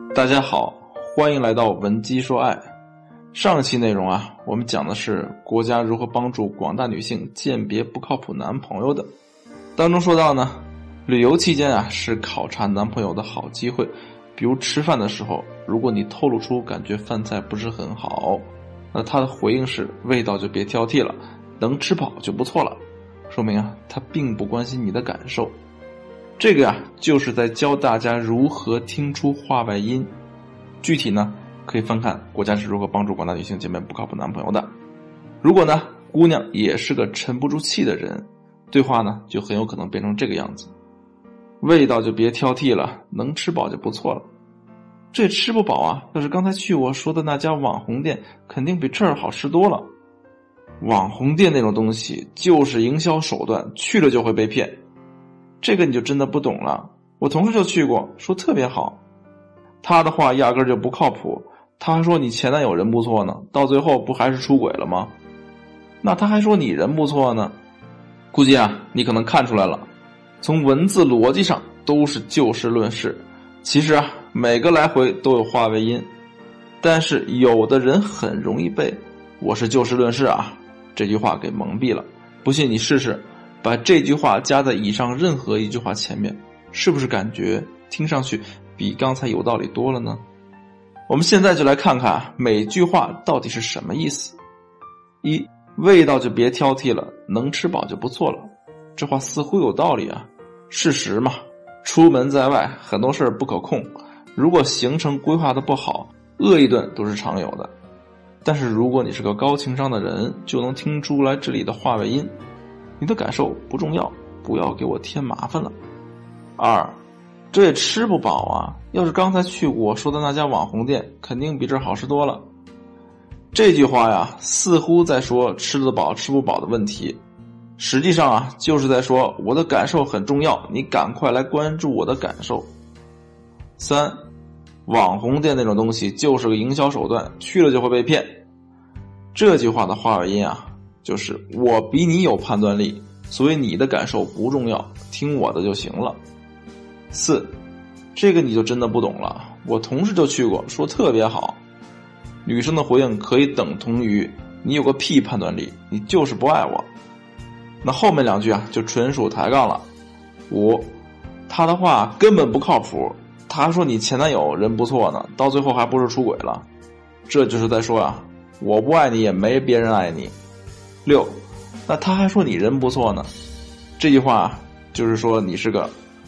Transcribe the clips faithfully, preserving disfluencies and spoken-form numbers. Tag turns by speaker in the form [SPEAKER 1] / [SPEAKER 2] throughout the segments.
[SPEAKER 1] 大家好，欢迎来到文姬说爱。上期内容啊，我们讲的是国家如何帮助广大女性鉴别不靠谱男朋友的。当中说到呢，旅游期间啊是考察男朋友的好机会。比如吃饭的时候，如果你透露出感觉饭菜不是很好，那他的回应是味道就别挑剔了，能吃饱就不错了，说明啊他并不关心你的感受。这个啊就是在教大家如何听出话外音。具体呢可以翻看国家是如何帮助广大女性鉴别不靠谱男朋友的。如果呢姑娘也是个沉不住气的人，对话呢就很有可能变成这个样子，味道就别挑剔了，能吃饱就不错了。这吃不饱啊，要是刚才去我说的那家网红店，肯定比这儿好吃多了。网红店那种东西就是营销手段，去了就会被骗。这个你就真的不懂了。我同事就去过，说特别好。他的话压根就不靠谱，他还说你前男友人不错呢，到最后不还是出轨了吗？那他还说你人不错呢。估计啊你可能看出来了，从文字逻辑上都是就事论事，其实啊每个来回都有话外音，但是有的人很容易被我是就事论事啊这句话给蒙蔽了。不信你试试把这句话加在以上任何一句话前面，是不是感觉听上去比刚才有道理多了呢？我们现在就来看看每句话到底是什么意思。一，味道就别挑剔了，能吃饱就不错了。这话似乎有道理啊，事实嘛，出门在外很多事儿不可控，如果行程规划的不好，饿一顿都是常有的。但是如果你是个高情商的人，就能听出来这里的话外音。你的感受不重要，不要给我添麻烦了。二，这也吃不饱啊，要是刚才去我说的那家网红店，肯定比这儿好吃多了。这句话呀，似乎在说吃得饱吃不饱的问题，实际上啊，就是在说我的感受很重要，你赶快来关注我的感受。三，网红店那种东西就是个营销手段，去了就会被骗。这句话的话外音啊，就是我比你有判断力，所以你的感受不重要，听我的就行了。四，这个你就真的不懂了，我同事就去过，说特别好。女生的回应可以等同于你有个屁判断力，你就是不爱我。那后面两句啊就纯属抬杠了。五，他的话根本不靠谱，他说你前男友人不错呢，到最后还不是出轨了。这就是在说啊，我不爱你也没别人爱你。六，那他还说你人不错呢，这句话就是说你是个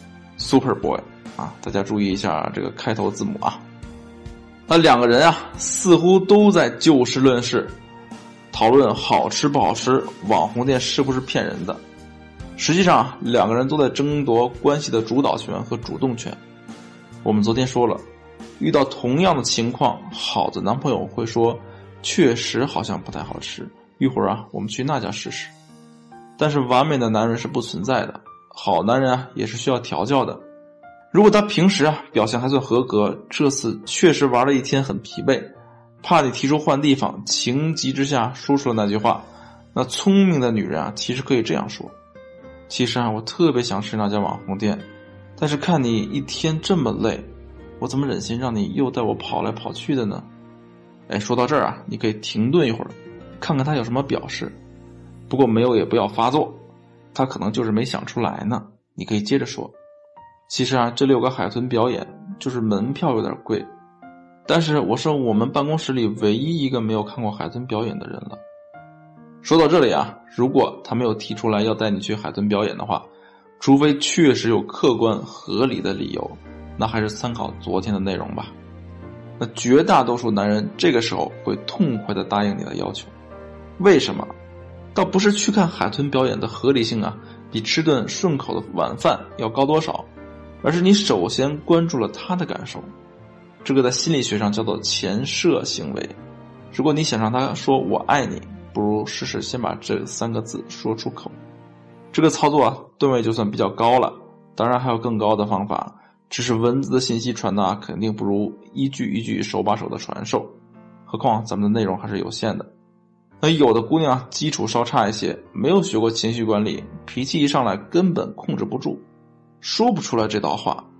[SPEAKER 1] super boy 啊，大家注意一下这个开头字母啊。那两个人啊似乎都在就事论事，讨论好吃不好吃，网红店是不是骗人的。实际上啊两个人都在争夺关系的主导权和主动权。我们昨天说了，遇到同样的情况，好的男朋友会说确实好像不太好吃，一会儿啊我们去那家试试。但是完美的男人是不存在的，好男人啊也是需要调教的。如果他平时啊表现还算合格，这次确实玩了一天很疲惫，怕你提出换地方，情急之下说出了那句话，那聪明的女人啊其实可以这样说，其实啊我特别想吃那家网红店，但是看你一天这么累，我怎么忍心让你又带我跑来跑去的呢？哎，说到这儿啊你可以停顿一会儿，看看他有什么表示，不过没有也不要发作，他可能就是没想出来呢，你可以接着说。其实啊这六个海豚表演就是门票有点贵，但是我是我们办公室里唯一一个没有看过海豚表演的人了。说到这里啊，如果他没有提出来要带你去海豚表演的话，除非确实有客观合理的理由，那还是参考昨天的内容吧。那绝大多数男人这个时候会痛快地答应你的要求。为什么？倒不是去看海豚表演的合理性啊比吃顿顺口的晚饭要高多少，而是你首先关注了他的感受。这个在心理学上叫做前设行为。如果你想让他说我爱你，不如试试先把这三个字说出口。这个操作啊段位就算比较高了，当然还有更高的方法，只是文字的信息传达肯定不如一句一句手把手的传授，何况咱们的内容还是有限的。那有的姑娘基础稍差一些，没有学过情绪管理，脾气一上来根本控制不住，说不出来这道话，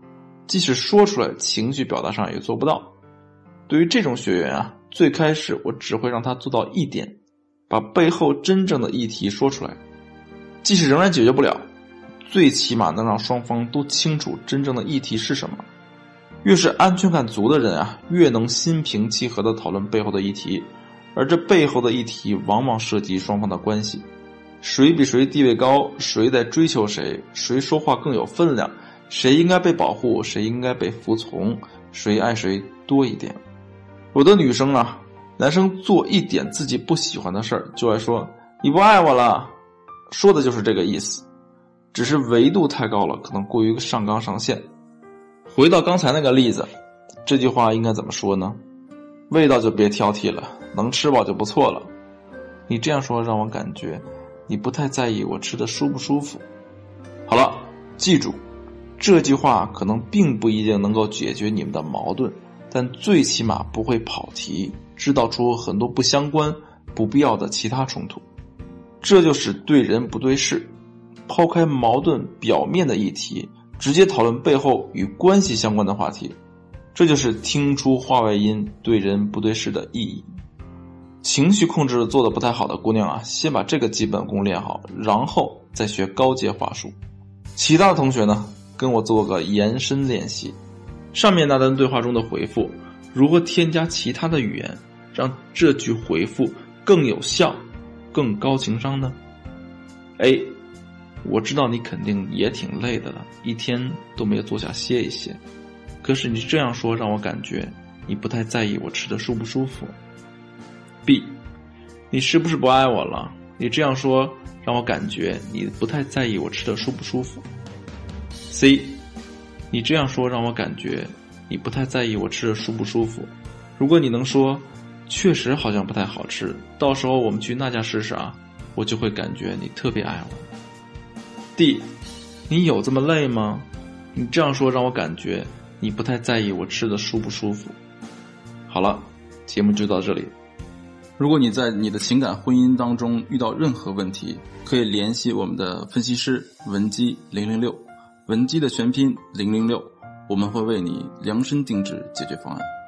[SPEAKER 1] 即使说出来，情绪表达上也做不到。对于这种学员啊，最开始我只会让他做到一点，把背后真正的议题说出来。即使仍然解决不了，最起码能让双方都清楚真正的议题是什么。越是安全感足的人啊，越能心平气和地讨论背后的议题，而这背后的议题往往涉及双方的关系，谁比谁地位高，谁在追求谁，谁说话更有分量，谁应该被保护，谁应该被服从，谁爱谁多一点。有的女生啊，男生做一点自己不喜欢的事儿，就爱说你不爱我了，说的就是这个意思，只是维度太高了，可能过于上纲上线。回到刚才那个例子，这句话应该怎么说呢？味道就别挑剔了，能吃饱就不错了。你这样说让我感觉你不太在意我吃的舒不舒服。好了，记住，这句话可能并不一定能够解决你们的矛盾，但最起码不会跑题，制造出很多不相关、不必要的其他冲突。这就是对人不对事，抛开矛盾表面的议题，直接讨论背后与关系相关的话题。这就是听出话外音，对人不对事的意义。情绪控制做得不太好的姑娘啊，先把这个基本功练好，然后再学高阶话术。其他的同学呢，跟我做个延伸练习。上面那段对话中的回复，如何添加其他的语言，让这句回复更有效、更高情商呢？ A， 我知道你肯定也挺累的了，一天都没有坐下歇一歇。可是你这样说让我感觉你不太在意我吃的舒不舒服。B， 你是不是不爱我了？你这样说让我感觉你不太在意我吃的舒不舒服。C， 你这样说让我感觉你不太在意我吃的舒不舒服。如果你能说确实好像不太好吃，到时候我们去那家试试啊，我就会感觉你特别爱我。D， 你有这么累吗？你这样说让我感觉你不太在意我吃的舒不舒服。好了，节目就到这里。如果你在你的情感婚姻当中遇到任何问题，可以联系我们的分析师文姬零零六，文姬的全拼零零六，我们会为你量身定制解决方案。